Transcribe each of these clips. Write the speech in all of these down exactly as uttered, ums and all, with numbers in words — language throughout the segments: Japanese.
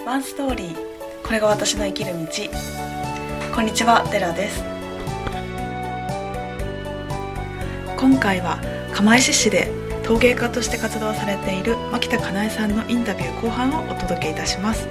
ワンストーリー、これが私の生きる道。こんにちは、デラです。今回は釜石市で陶芸家として活動されている牧田かなえさんのインタビュー後半をお届けいたします。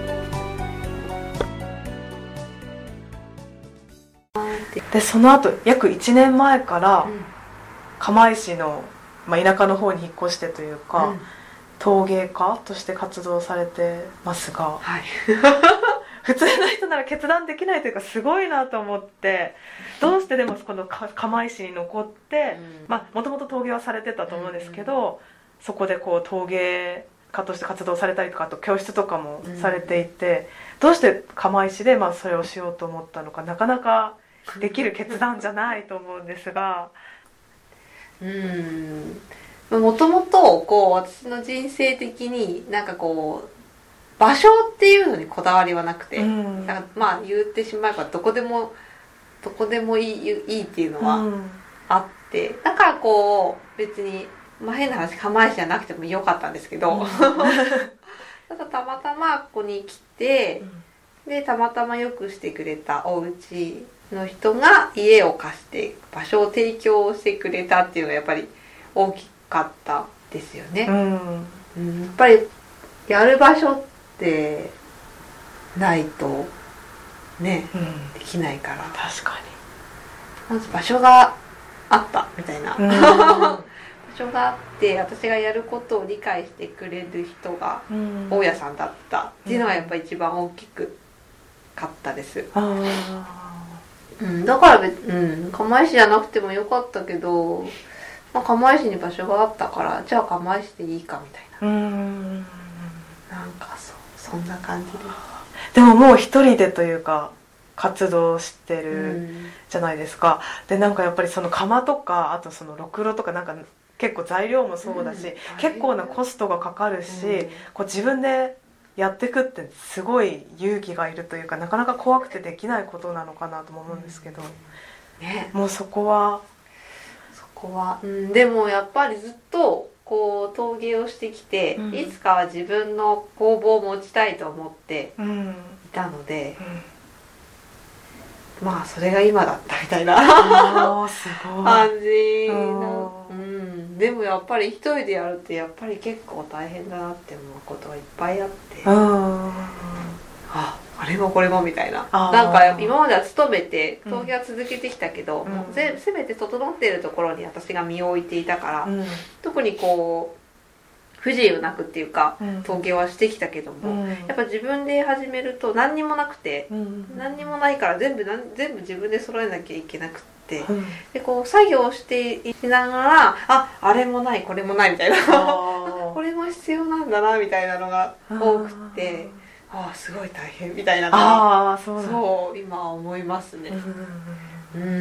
でその後約いちねんまえから釜石の、まあ、田舎の方に引っ越してというか、うん、陶芸家として活動されてますが、はい、普通の人なら決断できないというかすごいなと思って、どうしてでもこの釜石に残ってもともと陶芸はされてたと思うんですけど、うん、そこでこう陶芸家として活動されたりとか、あと教室とかもされていて、うん、どうして釜石でまあそれをしようと思ったのか、なかなかできる決断じゃないと思うんですが。 うんもともとこう私の人生的になんかこう場所っていうのにこだわりはなくて、うん、だからまあ言ってしまえばどこでもどこでもいい、いいっていうのはあって、うん、だからこう別に、まあ、変な話釜石じゃなくてもよかったんですけど、うん、ただたまたまここに来て、うん、でたまたまよくしてくれたお家の人が家を貸して場所を提供してくれたっていうのがやっぱり大きかったですよね、うんうん、やっぱりやる場所ってないとね、うん、できないから、 確かにまず場所があったみたいな、うん、場所があって私がやることを理解してくれる人が大家さんだったっていうのがやっぱり一番大きくかったです、うんうん、だから、うん、釜石じゃなくてもよかったけど、まあ、釜石に場所があったからじゃあ釜石でいいかみたいな、うーんなんかそうそんな感じです。 でももう一人でというか活動してるじゃないですか、うん、でなんかやっぱりその釜とかあとそのろくろとかなんか結構材料もそうだし、うん、結構なコストがかかるし、うん、こう自分でやっていくってすごい勇気がいるというか、なかなか怖くてできないことなのかなとも思うんですけど、うんね、もうそこはそこは、うん、でもやっぱりずっとこう陶芸をしてきて、うん、いつかは自分の工房を持ちたいと思っていたので、うん、まあそれが今だったみたいな感じな、うん、でもやっぱり一人でやるってやっぱり結構大変だなって思うことがいっぱいあって、ああれもこれもみたいな、なんか今までは勤めて陶芸は続けてきたけど、うん、もう全全て整っているところに私が身を置いていたから、うん、特にこう不自由なくっていうか、うん、陶芸はしてきたけども、うん、やっぱ自分で始めると何にもなくて、うん、何にもないから全部全部自分で揃えなきゃいけなくって、うん、でこう作業していきながらああれもないこれもないみたいなこれも必要なんだなみたいなのが多くて、ああすごい大変みたいなのが、あそうなんそう今思いますね。うんうん、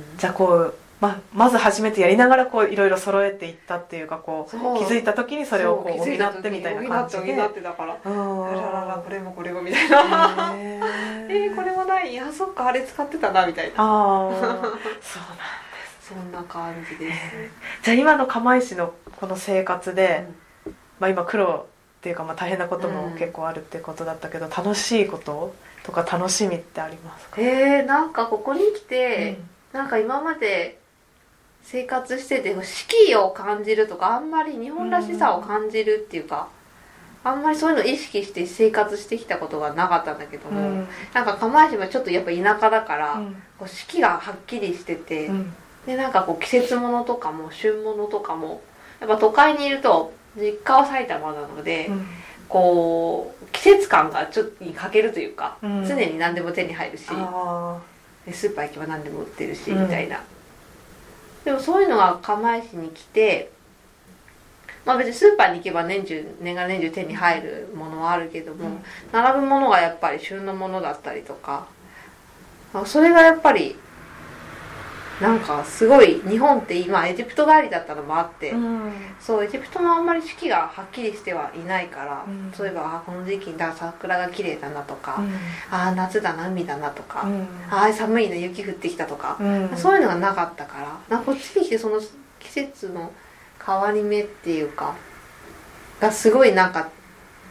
じゃあこうま, まず初めてやりながらこういろいろ揃えていったっていうか、こう気づいた時にそれをこう補ってみたいな感じで補ってだからあらららこれもこれもみたいなえー、これもないいやそっかあれ使ってたなみたいなあそうなんですそんな感じです。 じゃあ今の釜石のこの生活で、うんまあ、今苦労っていうかまあ大変なことも結構あるってことだったけど、うん、楽しいこととか楽しみってありますか？ えー、なんかここに来て、うん、なんか今まで生活してて四季を感じるとかあんまり日本らしさを感じるっていうか、うん、あんまりそういうのを意識して生活してきたことがなかったんだけども、うん、なんか釜石はちょっとやっぱ田舎だから、うん、こう四季がはっきりしてて、うん、でなんかこう季節物とかも旬物とかもやっぱ都会にいると実家は埼玉なので、うん、こう季節感がちょっとに欠けるというか、うん、常に何でも手に入るしスーパー行けば何でも売ってるし、みたいな。でもそういうのが釜石に来て、まあ別にスーパーに行けば年中年がら年中手に入るものはあるけども、うん、並ぶものがやっぱり旬のものだったりとか、それがやっぱりなんかすごい日本って今エジプト帰りだったのもあって、うん、そうエジプトもあんまり四季がはっきりしてはいないから、うん、そういえばあこの時期にだ桜が綺麗だなとか、うん、あ夏だな海だなとか、うん、あ寒いな雪降ってきたとか、うん、そういうのがなかったからなんかこっちに来てその季節の変わり目っていうかがすごいなんか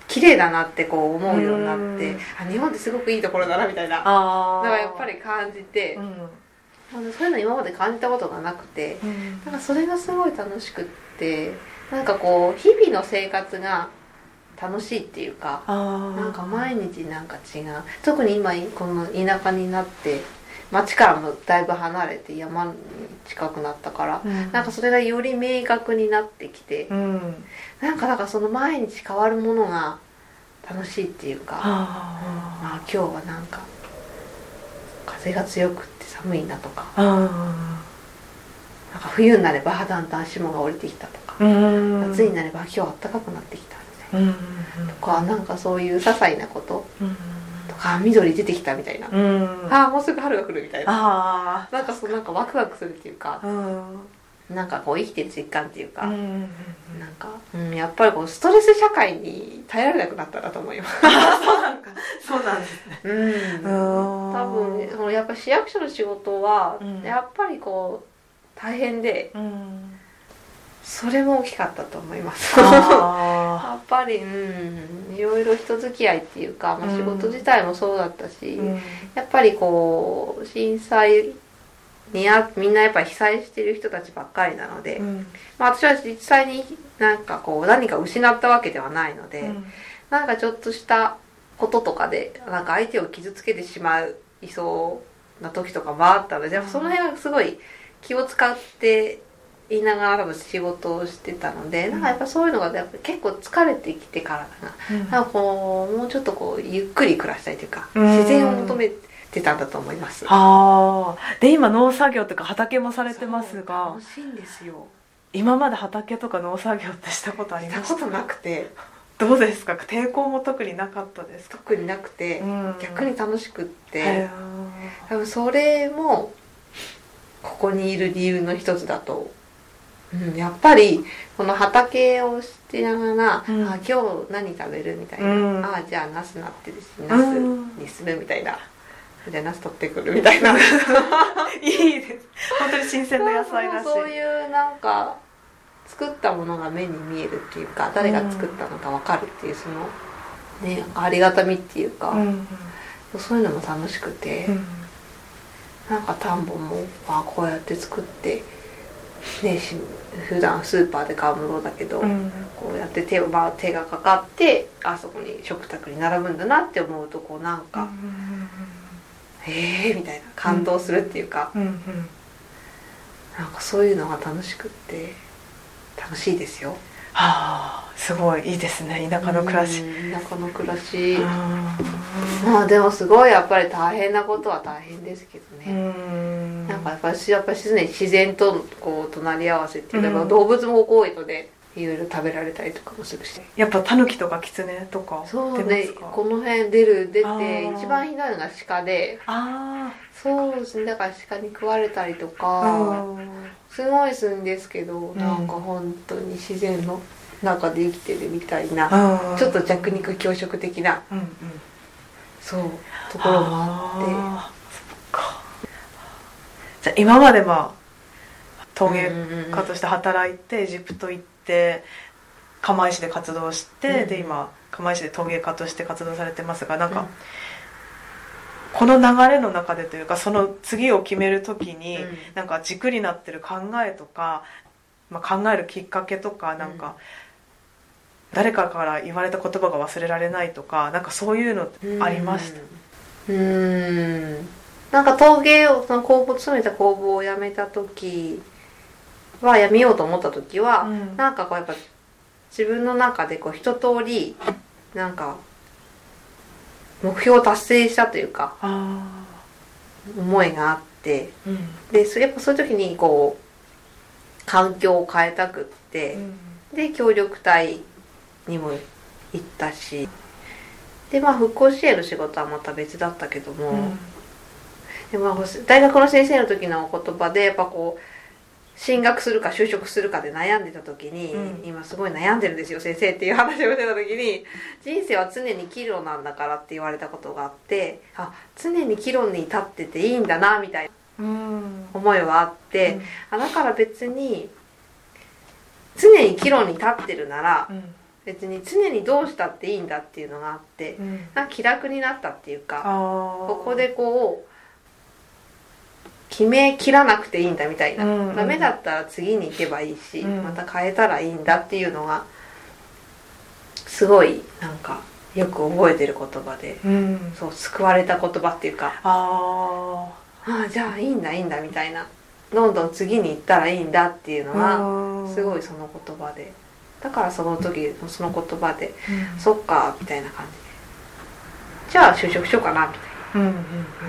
綺麗だなってこう思うようになってあ日本ってすごくいいところだなみたいなのがやっぱり感じて、うん、そういうの今まで感じたことがなくて、うん、なんかそれがすごい楽しくってなんかこう日々の生活が楽しいっていうかなんか毎日なんか違う特に今この田舎になって町からもだいぶ離れて山に近くなったから、うん、なんかそれがより明確になってきて、うん、なんかなんかその毎日変わるものが楽しいっていうか、あ、まあ、今日はなんか風が強くって寒いなとか、なんか冬になればだんだん霜が降りてきたとか、うん、夏になれば今日は暖かくなってきたみたいな、うん、とかなんかそういう些細なこと、うんあ緑出てきたみたいな、うん、あもうすぐ春が来るみたいなあなんかそうなんかワクワクするっていうか、うん、なんかこう生きてる実感っていうか、うん、なんか、うん、やっぱりこうストレス社会に耐えられなくなったなと思いますそうなんかそうなんですね、うん、 多分やっぱ市役所の仕事はやっぱりこう大変で、うんそれも大きかったと思いますやっぱり、うん、いろいろ人付き合いっていうか、まあ、仕事自体もそうだったし、うん、やっぱりこう震災にやみんなやっぱり被災してる人たちばっかりなので、うん、まあ、私は実際になんかこう何か失ったわけではないので、うん、なんかちょっとしたこととかでなんか相手を傷つけてしまいそうな時とかもあったので、その辺はすごい気を使って言いながら多分仕事をしてたので、なんかやっぱそういうのがやっぱ結構疲れてきてからかな、うん、なんかこうもうちょっとこうゆっくり暮らしたいというか、うん、自然を求めてたんだと思います。 あで今農作業とか畑もされてますが楽しいんですよ。 今まで畑とか農作業ってしたことありました？ したことなくてどうですか？抵抗も特になかったですか？ 特になくて、うん、逆に楽しくって多分それもここにいる理由の一つだとうん、やっぱりこの畑をしてながら、うん、あ今日何食べるみたいな、うん、あじゃあナスなってるしナスにするみたいな、うん、じゃあナス取ってくるみたいないいです本当に新鮮な野菜だしそういうなんか作ったものが目に見えるっていうか誰が作ったのか分かるっていうその、ね、ありがたみっていうか、うんうん、そういうのも楽しくて、うん、なんか田んぼもあこうやって作ってね、普段スーパーで買うものだけど、うん、こうやって手を、まあ、手がかかってあそこに食卓に並ぶんだなって思うとこうなんか、うん、えーみたいな感動するっていうか、うんうんうん、なんかそういうのが楽しくって楽しいですよ。 はあすごいいいですね田舎の暮らし、 うん、田舎の暮らしまあでもすごいやっぱり大変なことは大変ですけどね。うんなんかやっぱりやっぱり常に自然とこう隣り合わせっていうか、うん、動物も多いのでいろいろ食べられたりとかもするしやっぱタヌキとかキツネとかそうねこの辺出る出て一番ひどいのが鹿であそうですねだから鹿に食われたりとかすごいするんですけど、うん、なんか本当に自然の中で生きてるみたいなちょっと弱肉強食的な、うんうん、そうところもあってそっかじゃあ今までは陶芸家として働いてエジプト行って釜石で活動して、うん、で今釜石で陶芸家として活動されてますがなんか、うん、この流れの中でというかその次を決める時に、うん、なんか軸になってる考えとか、まあ、考えるきっかけとかなんか、うん、誰かから言われた言葉が忘れられないとかなんかそういうのありました？ うーんなんか陶芸をその工房勤めた工房を辞めた時はやめようと思った時は、うん、なんかこうやっぱ自分の中でこう一通りなんか目標を達成したというか思いがあって、うん、でそれやっぱそういう時にこう環境を変えたくって、うん、で協力隊にも行ったしでまあ復興支援の仕事はまた別だったけども、うん、でまあ、大学の先生の時のお言葉でやっぱこう進学するか就職するかで悩んでた時に、うん、今すごい悩んでるんですよ先生っていう話をしてた時に人生は常に岐路なんだからって言われたことがあってあ常に岐路に立ってていいんだなみたいな思いはあって、うん、あだから別に常に岐路に立ってるなら、うん、 別に常にどうしたっていいんだっていうのがあって、 うん、 なんか気楽になったっていうか、 こここでこう決め切らなくていいんだみたいな、うんうん、ダメだったら次に行けばいいし、うん、また変えたらいいんだっていうのがすごいなんかよく覚えてる言葉で、うん、そう救われた言葉っていうか、ああじゃあいいんだいいんだみたいな、どんどん次に行ったらいいんだっていうのがすごいその言葉で、だからその時その言葉で、うん、そっかみたいな感じで、じゃあ就職しようかなみたいな感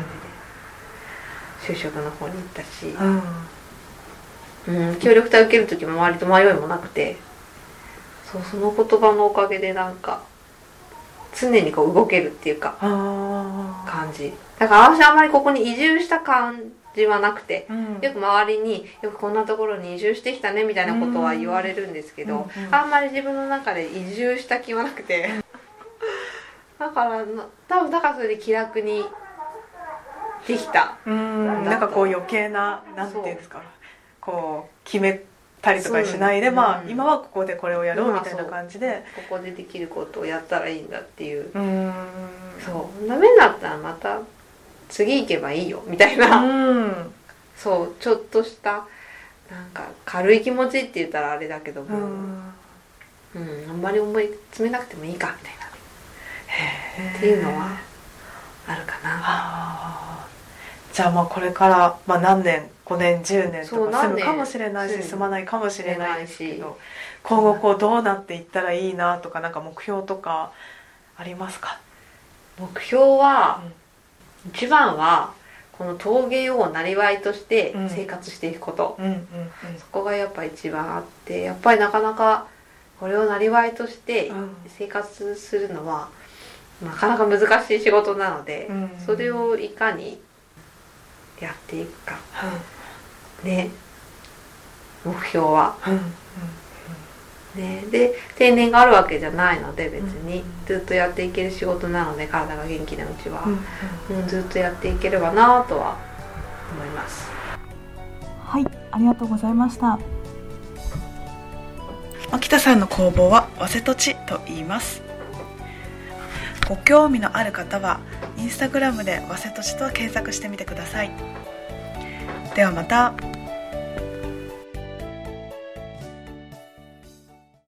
じで、就職の方に行ったし、うんうん、協力隊受ける時も割と迷いもなくて、そうその言葉のおかげでなんか常にこう動けるっていうか感じだから、私あんまりここに移住した感じはなくて、うん、よく周りによくこんなところに移住してきたねみたいなことは言われるんですけど、うんうん、あんまり自分の中で移住した気はなくてだから多分だからそれで気楽にできた。 うんなんかこう余計ななんていうんですか、こう決めたりとかしないで、まあ、うん、今はここでこれをやろうみたいな感じで、 ここでできることをやったらいいんだっていう、うん、そうダメだったらまた次行けばいいよみたいな、うん、そうちょっとしたなんか軽い気持ちって言ったらあれだけども、うん、うん、あんまり思い詰めなくてもいいかみたいなっていうのはあるかな。 じゃあまあこれから、まあ、何年ごねんじゅうねんとか住むかもしれないし住まないかもしれないですけど、今後こうどうなっていったらいいなとか、なんか目標とかありますか？ 目標は、うん、一番はこの陶芸をなりわいとして生活していくこと、うんうんうんうん、そこがやっぱ一番あって、やっぱりなかなかこれをなりわいとして生活するのは、うん、なかなか難しい仕事なので、うんうん、それをいかにやっていくか、うん、ね、目標は、うんうんうん、ね、で定年があるわけじゃないので別に、うんうん、ずっとやっていける仕事なので、体が元気なうちは、うんうんうん、ずっとやっていければなとは思います。 はい、ありがとうございました。秋田さんの工房はわせとちと言います。ご興味のある方はインスタグラムでわせとちと検索してみてください。ではまた。